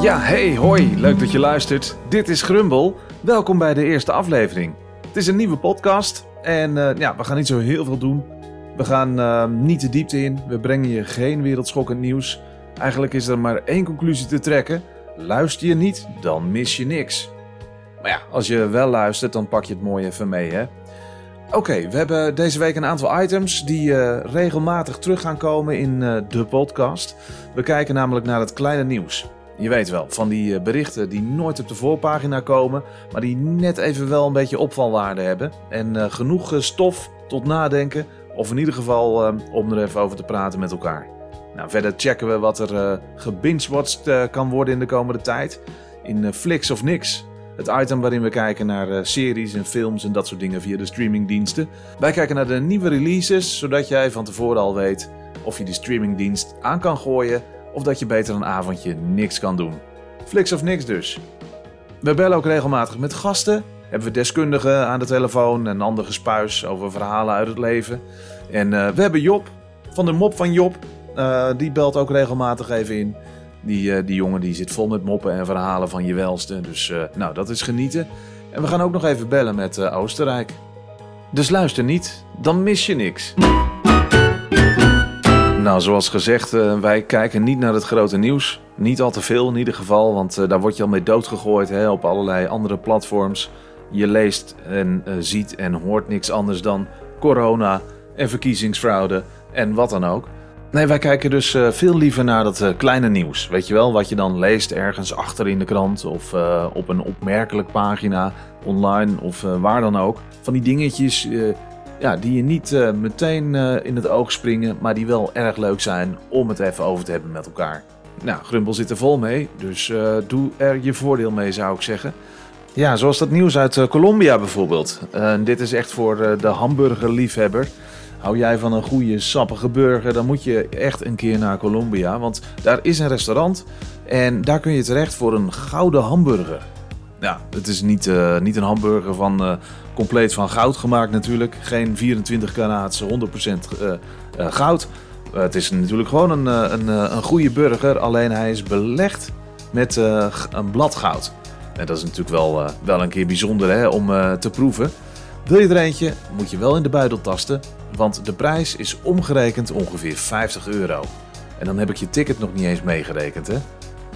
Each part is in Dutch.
Ja, hey, hoi, leuk dat je luistert. Dit is Grumble. Welkom bij de eerste aflevering. Het is een nieuwe podcast en we gaan niet zo heel veel doen. We gaan niet de diepte in, we brengen je geen wereldschokkend nieuws. Eigenlijk is er maar één conclusie te trekken. Luister je niet, dan mis je niks. Maar ja, als je wel luistert, dan pak je het mooi even mee, hè. Oké, we hebben deze week een aantal items die regelmatig terug gaan komen in de podcast. We kijken namelijk naar het kleine nieuws. Je weet wel, van die berichten die nooit op de voorpagina komen, maar die net even wel een beetje opvalwaarde hebben. En genoeg stof tot nadenken, of in ieder geval om er even over te praten met elkaar. Nou, verder checken we wat er gebingewatcht kan worden in de komende tijd. In Flix of Niks. Het item waarin we kijken naar series en films en dat soort dingen via de streamingdiensten. Wij kijken naar de nieuwe releases, zodat jij van tevoren al weet of je die streamingdienst aan kan gooien of dat je beter een avondje niks kan doen. Flix of Niks dus. We bellen ook regelmatig met gasten. Hebben we deskundigen aan de telefoon en ander gespuis over verhalen uit het leven. En we hebben Job van de Mop van Job. Die belt ook regelmatig even in. Die jongen die zit vol met moppen en verhalen van je welste. Dus dat is genieten. En we gaan ook nog even bellen met Oostenrijk. Dus luister niet, dan mis je niks. Nou, zoals gezegd, wij kijken niet naar het grote nieuws. Niet al te veel in ieder geval, want daar word je al mee doodgegooid op allerlei andere platforms. Je leest en ziet en hoort niks anders dan corona en verkiezingsfraude en wat dan ook. Nee, wij kijken dus veel liever naar dat kleine nieuws. Weet je wel, wat je dan leest ergens achter in de krant of op een opmerkelijk pagina online of waar dan ook. Van die dingetjes die je niet meteen in het oog springen, maar die wel erg leuk zijn om het even over te hebben met elkaar. Nou, Grumble zit er vol mee, dus doe er je voordeel mee, zou ik zeggen. Ja, zoals dat nieuws uit Colombia bijvoorbeeld. Dit is echt voor de hamburgerliefhebber. Hou jij van een goede sappige burger, dan moet je echt een keer naar Colombia. Want daar is een restaurant en daar kun je terecht voor een gouden hamburger. Ja, het is niet een hamburger compleet van goud gemaakt natuurlijk. Geen 24 karaats, 100% goud. Het is natuurlijk gewoon een goede burger, alleen hij is belegd met een bladgoud. En dat is natuurlijk wel een keer bijzonder om te proeven. Wil je er eentje, moet je wel in de buidel tasten, want de prijs is omgerekend ongeveer €50. En dan heb ik je ticket nog niet eens meegerekend, hè.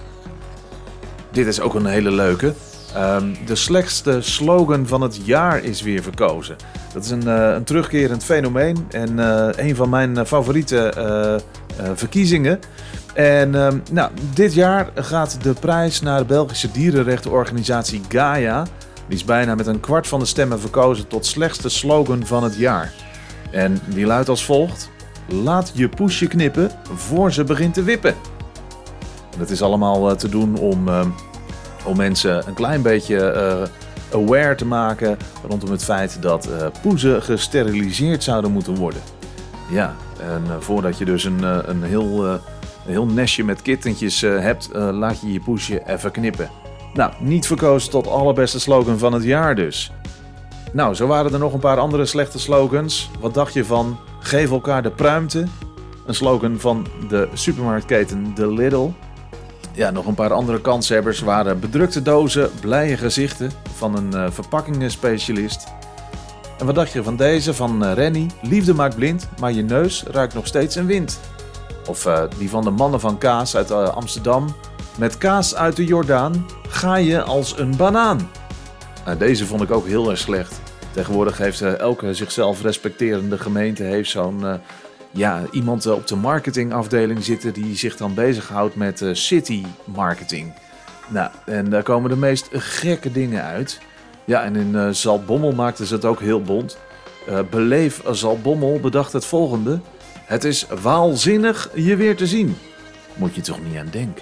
Dit is ook een hele leuke. De slechtste slogan van het jaar is weer verkozen. Dat is een terugkerend fenomeen en een van mijn favoriete verkiezingen. En dit jaar gaat de prijs naar de Belgische dierenrechtenorganisatie Gaia. Die is bijna met een kwart van de stemmen verkozen tot slechtste slogan van het jaar. En die luidt als volgt: laat je poesje knippen voor ze begint te wippen. En dat is allemaal te doen om mensen een klein beetje aware te maken rondom het feit dat poezen gesteriliseerd zouden moeten worden. Ja, en voordat je dus een heel nestje met kittentjes hebt, laat je poesje even knippen. Nou, niet verkozen tot allerbeste slogan van het jaar dus. Nou, zo waren er nog een paar andere slechte slogans. Wat dacht je van geef elkaar de pruimte? Een slogan van de supermarktketen The Lidl. Ja, nog een paar andere kanshebbers waren bedrukte dozen, blije gezichten van een verpakkingenspecialist. En wat dacht je van deze van Rennie? Liefde maakt blind, maar je neus ruikt nog steeds een wind. Of die van de mannen van kaas uit Amsterdam. Met kaas uit de Jordaan ga je als een banaan. Deze vond ik ook heel erg slecht. Tegenwoordig heeft elke zichzelf respecterende gemeente heeft zo'n iemand op de marketingafdeling zitten die zich dan bezighoudt met city marketing. Nou, en daar komen de meest gekke dingen uit. Ja, en in Zaltbommel maakten ze het ook heel bont. Beleef Zaltbommel bedacht het volgende: het is waanzinnig je weer te zien. Moet je toch niet aan denken.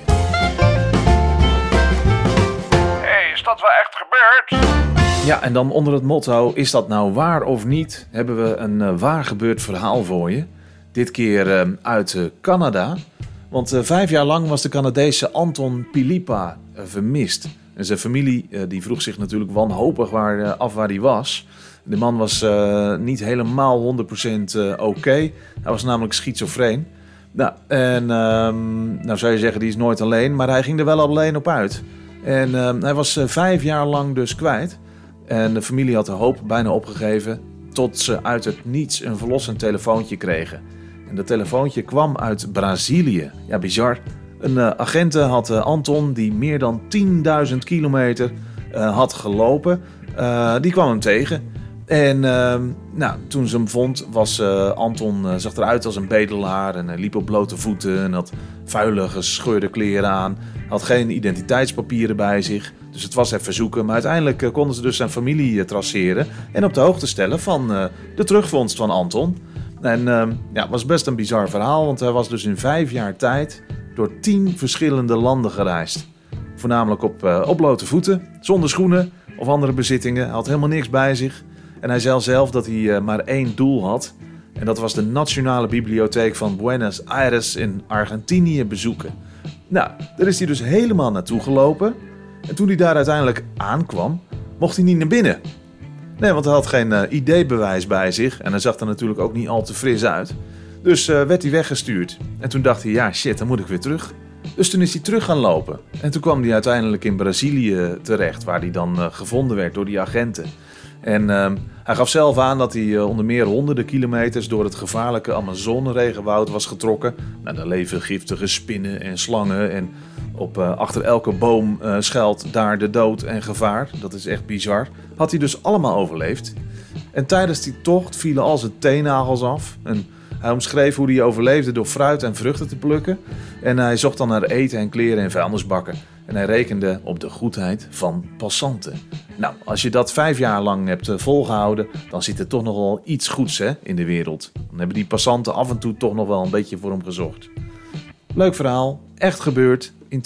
Is dat wel echt gebeurd? Ja, en dan onder het motto, is dat nou waar of niet, hebben we een waar gebeurd verhaal voor je. Dit keer uit Canada. Want 5 jaar lang was de Canadese Anton Pilipa vermist. En zijn familie die vroeg zich natuurlijk wanhopig af waar hij was. De man was niet helemaal 100% oké. Hij was namelijk schizofreen. Nou, en nou zou je zeggen, die is nooit alleen, maar hij ging er wel alleen op uit. En hij was 5 jaar lang dus kwijt. En de familie had de hoop bijna opgegeven, tot ze uit het niets een verlossend telefoontje kregen. En dat telefoontje kwam uit Brazilië. Ja, bizar. Een agent had Anton, die meer dan 10.000 kilometer had gelopen, die kwam hem tegen. En toen ze hem vond, was Anton zag eruit als een bedelaar en hij liep op blote voeten en had vuile gescheurde kleren aan. Had geen identiteitspapieren bij zich, dus het was even zoeken. Maar uiteindelijk konden ze dus zijn familie traceren en op de hoogte stellen van de terugvondst van Anton. En het was best een bizar verhaal, want hij was dus in 5 jaar tijd door 10 verschillende landen gereisd. Voornamelijk op blote voeten, zonder schoenen of andere bezittingen. Hij had helemaal niks bij zich. En hij zei zelf dat hij maar 1 doel had. En dat was de Nationale Bibliotheek van Buenos Aires in Argentinië bezoeken. Nou, daar is hij dus helemaal naartoe gelopen. En toen hij daar uiteindelijk aankwam, mocht hij niet naar binnen. Nee, want hij had geen ID-bewijs bij zich. En hij zag er natuurlijk ook niet al te fris uit. Dus werd hij weggestuurd. En toen dacht hij, ja shit, dan moet ik weer terug. Dus toen is hij terug gaan lopen. En toen kwam hij uiteindelijk in Brazilië terecht, waar hij dan gevonden werd door die agenten. En hij gaf zelf aan dat hij onder meer honderden kilometers door het gevaarlijke Amazone-regenwoud was getrokken. Nou, daar leven giftige spinnen en slangen en achter elke boom schuilt daar de dood en gevaar. Dat is echt bizar. Had hij dus allemaal overleefd. En tijdens die tocht vielen al zijn teennagels af. En hij omschreef hoe hij overleefde door fruit en vruchten te plukken. En hij zocht dan naar eten en kleren en vuilnisbakken. En hij rekende op de goedheid van passanten. Nou, als je dat 5 jaar lang hebt volgehouden, dan zit er toch nog wel iets goeds in de wereld. Dan hebben die passanten af en toe toch nog wel een beetje voor hem gezocht. Leuk verhaal, echt gebeurd. In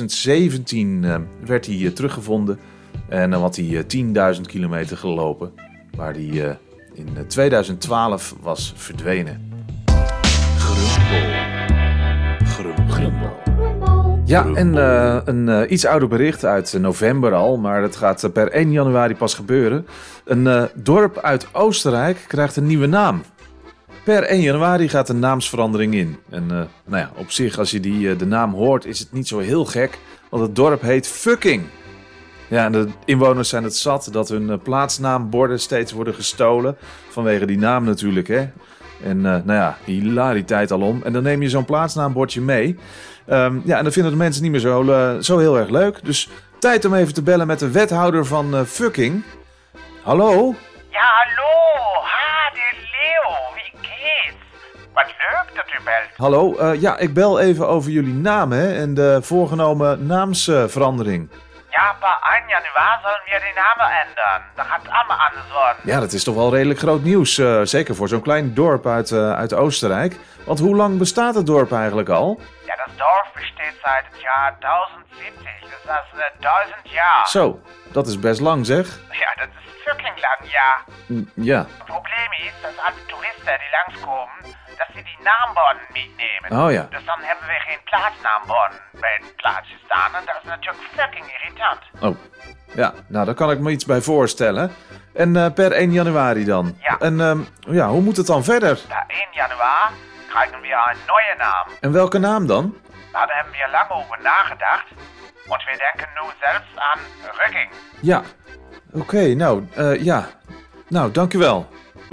2017 werd hij teruggevonden. En dan had hij 10.000 kilometer gelopen, waar hij in 2012 was verdwenen. Grumbel. Ja, en een iets ouder bericht uit november al, maar dat gaat per 1 januari pas gebeuren. Een dorp uit Oostenrijk krijgt een nieuwe naam. Per 1 januari gaat een naamsverandering in. En op zich, als je de naam hoort, is het niet zo heel gek, want het dorp heet Fucking. Ja, en de inwoners zijn het zat dat hun plaatsnaamborden steeds worden gestolen. Vanwege die naam natuurlijk, hè. En hilariteit alom. En dan neem je zo'n plaatsnaambordje mee. En dan vinden de mensen niet meer zo heel erg leuk. Dus tijd om even te bellen met de wethouder van Fucking. Hallo? Ja, hallo. De Leo. Wie geht's? Wat leuk dat u belt. Hallo, ik bel even over jullie naam, hè. En de voorgenomen naamsverandering. Ja, per 1 januari zullen we de naam ändern. Dat gaat allemaal anders worden. Ja, dat is toch wel redelijk groot nieuws. Zeker voor zo'n klein dorp uit Oostenrijk. Want hoe lang bestaat het dorp eigenlijk al? Ja, das Dorf besteht seit het jaar 1070. Dus dat is 1000 jaar. Zo, dat is best lang zeg. Ja, dat is fucking lang, ja. Ja. Het probleem is dat alle toeristen die langskomen, dat ze die naamborden meenemen. Oh ja. Dus dan hebben we geen plaatsnaamborden bij het plaatsje staan. En dat is natuurlijk fucking irritant. Oh, ja. Nou, daar kan ik me iets bij voorstellen. En per 1 januari dan? Ja. En hoe moet het dan verder? Per 1 januari krijgen we een nieuwe naam. En welke naam dan? Nou, daar hebben we lang over nagedacht. En we denken nu zelfs aan Rücking. Ja. Oké, Nou, dankjewel.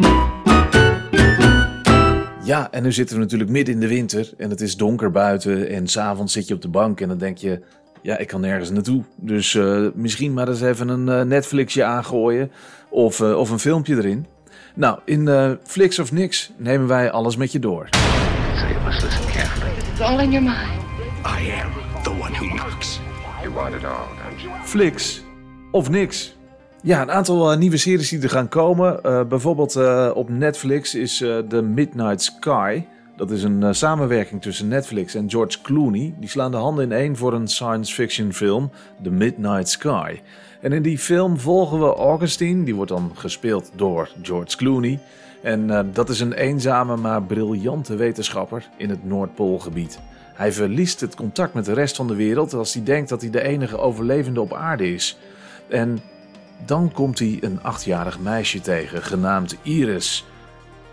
Ja, en nu zitten we natuurlijk midden in de winter en het is donker buiten en 's avonds zit je op de bank en dan denk je, ja, ik kan nergens naartoe. Dus misschien maar eens even een Netflixje aangooien of een filmpje erin. Nou, in Flix of Niks nemen wij alles met je door. So you must listen carefully. It's all in your mind. I am the one who knocks. You want it all, don't you? Flix of Niks. Ja, een aantal nieuwe series die er gaan komen. Bijvoorbeeld op Netflix is The Midnight Sky. Dat is een samenwerking tussen Netflix en George Clooney. Die slaan de handen ineen voor een science fiction film, The Midnight Sky. En in die film volgen we Augustine, die wordt dan gespeeld door George Clooney. En dat is een eenzame maar briljante wetenschapper in het Noordpoolgebied. Hij verliest het contact met de rest van de wereld als hij denkt dat hij de enige overlevende op aarde is. En dan komt hij een 8-jarig meisje tegen, genaamd Iris.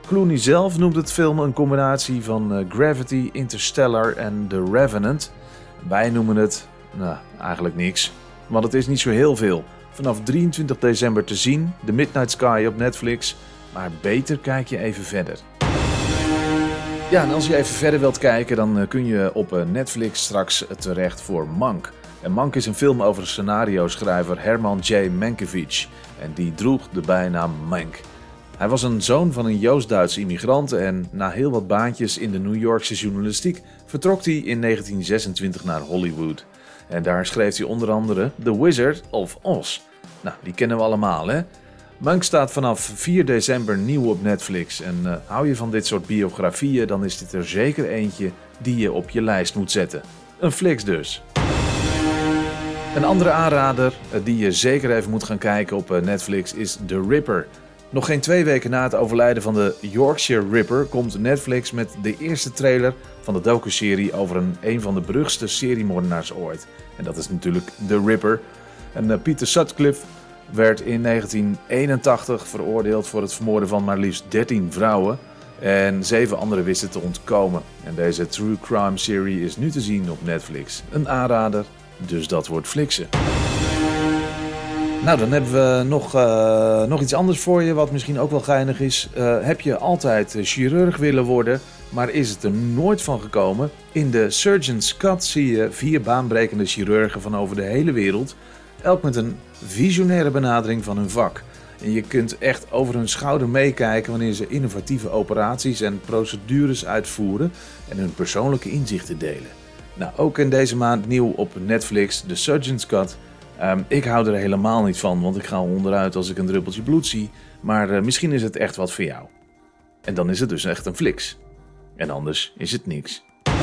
Clooney zelf noemt het film een combinatie van Gravity, Interstellar en The Revenant. Wij noemen het, eigenlijk niks. Want het is niet zo heel veel. Vanaf 23 december te zien, The Midnight Sky op Netflix. Maar beter kijk je even verder. Ja, en als je even verder wilt kijken, dan kun je op Netflix straks terecht voor Mank. En Mank is een film over scenario-schrijver Herman J. Mankiewicz. En die droeg de bijnaam Mank. Hij was een zoon van een Joods-Duitse immigrant en na heel wat baantjes in de New Yorkse journalistiek vertrok hij in 1926 naar Hollywood. En daar schreef hij onder andere The Wizard of Oz. Nou, die kennen we allemaal, hè? Mank staat vanaf 4 december nieuw op Netflix. En hou je van dit soort biografieën, dan is dit er zeker eentje die je op je lijst moet zetten. Een flix dus. Een andere aanrader die je zeker even moet gaan kijken op Netflix is The Ripper. Nog geen 2 weken na het overlijden van de Yorkshire Ripper komt Netflix met de eerste trailer van de docuserie over een van de beruchtste seriemoordenaars ooit. En dat is natuurlijk The Ripper. En Peter Sutcliffe werd in 1981 veroordeeld voor het vermoorden van maar liefst 13 vrouwen. En 7 anderen wisten te ontkomen. En deze true crime serie is nu te zien op Netflix. Een aanrader, dus dat wordt flixen. Nou, dan hebben we nog iets anders voor je, wat misschien ook wel geinig is. Heb je altijd chirurg willen worden, maar is het er nooit van gekomen? In de Surgeon's Cut zie je 4 baanbrekende chirurgen van over de hele wereld. Elk met een visionaire benadering van hun vak. En je kunt echt over hun schouder meekijken wanneer ze innovatieve operaties en procedures uitvoeren en hun persoonlijke inzichten delen. Nou, ook in deze maand nieuw op Netflix, The Surgeon's Cut. Ik hou er helemaal niet van, want ik ga onderuit als ik een druppeltje bloed zie. Maar misschien is het echt wat voor jou. En dan is het dus echt een flix. En anders is het niks.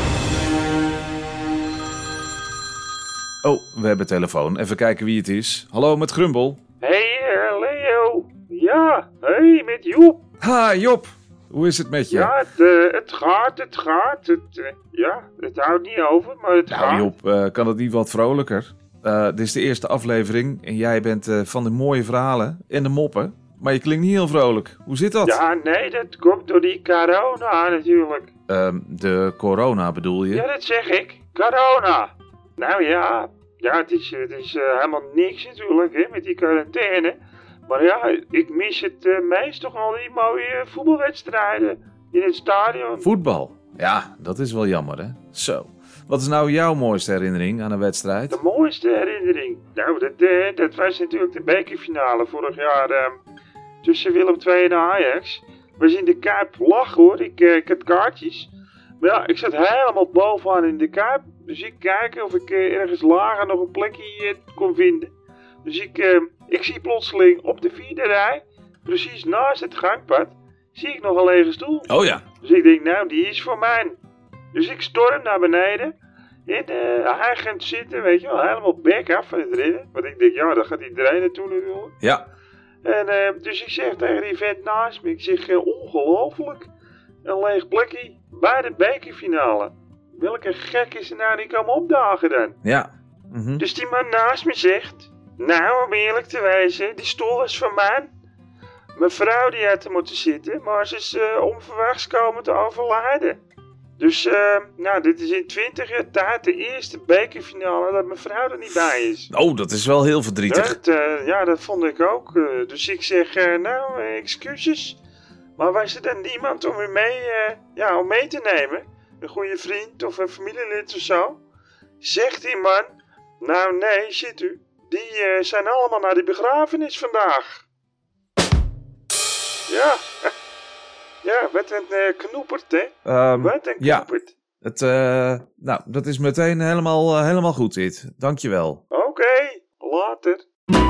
Oh, we hebben telefoon. Even kijken wie het is. Hallo, met Grumbel. Hey, Leo. Ja, hey, met Job. Ha, Job. Hoe is het met je? Ja, het gaat. Het houdt niet over, maar het gaat. Nou Job, kan het niet wat vrolijker? Dit is de eerste aflevering en jij bent van de mooie verhalen en de moppen. Maar je klinkt niet heel vrolijk. Hoe zit dat? Ja, nee, dat komt door die corona natuurlijk. De corona bedoel je? Ja, dat zeg ik. Corona. Nou ja, het is helemaal niks natuurlijk, hè, met die quarantaine. Maar ja, ik mis het meest toch al die mooie voetbalwedstrijden in het stadion. Voetbal? Ja, dat is wel jammer, hè? Zo. Wat is nou jouw mooiste herinnering aan een wedstrijd? De mooiste herinnering? Nou, dat was natuurlijk de bekerfinale vorig jaar tussen Willem II en Ajax. Was in de Kuip lachen hoor, ik had kaartjes. Maar ja, ik zat helemaal bovenaan in de Kuip. Dus ik kijk of ik ergens lager nog een plekje kon vinden. Dus ik zie plotseling op de 4e rij, precies naast het gangpad, zie ik nog een lege stoel. Oh ja. Dus ik denk, nou, die is voor mij. Dus ik storm naar beneden. En hij gaat zitten, weet je wel, helemaal bek af van het rennen. Want ik denk, ja, daar gaat iedereen naartoe natuurlijk. Ja. En dus ik zeg tegen die vent naast me, ik zeg, ongelooflijk. Een leeg plekje bij de bekerfinale. Welke gek is er nou die komen opdagen dan? Ja. Dus die man naast me zegt, nou, om eerlijk te wezen, die stoel is van mij. Mijn vrouw die had er moeten zitten, maar ze is onverwachts komen te overlijden. Dus, nou, dit is in 20 jaar tijd de eerste bekerfinale dat mijn vrouw er niet bij is. Oh, dat is wel heel verdrietig. Dat vond ik ook. Dus ik zeg, nou, excuses. Maar was er dan niemand om u mee te nemen? Een goede vriend of een familielid of zo? Zegt die man, nou nee, ziet u, die zijn allemaal naar die begrafenis vandaag. Ja. Ja, wat een knoepert, hè? Wat een knoepert. Ja, nou, dat is meteen helemaal goed dit. Dankjewel. Oké, later.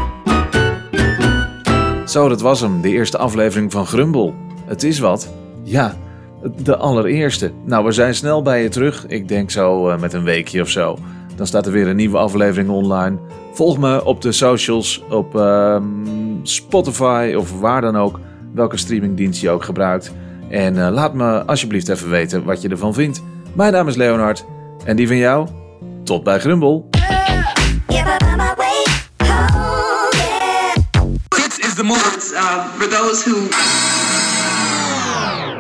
Zo, dat was hem. De eerste aflevering van Grumbel. Het is wat. Ja, de allereerste. Nou, we zijn snel bij je terug. Ik denk zo met een weekje of zo. Dan staat er weer een nieuwe aflevering online. Volg me op de socials, op Spotify of waar dan ook. Welke streamingdienst je ook gebruikt. En laat me alsjeblieft even weten wat je ervan vindt. Mijn naam is Leonard. En die van jou? Tot bij Grumbel. This is the moment for those who...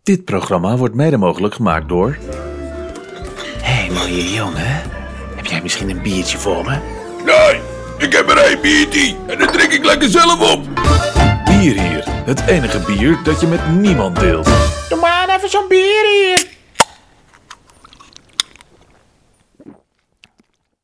Dit programma wordt mede mogelijk gemaakt door... Hé, mooie jongen. Heb jij misschien een biertje voor me? Nee, ik heb er 1 biertje en dat drink ik lekker zelf op. Bier hier. Het enige bier dat je met niemand deelt. Doe maar even zo'n bier.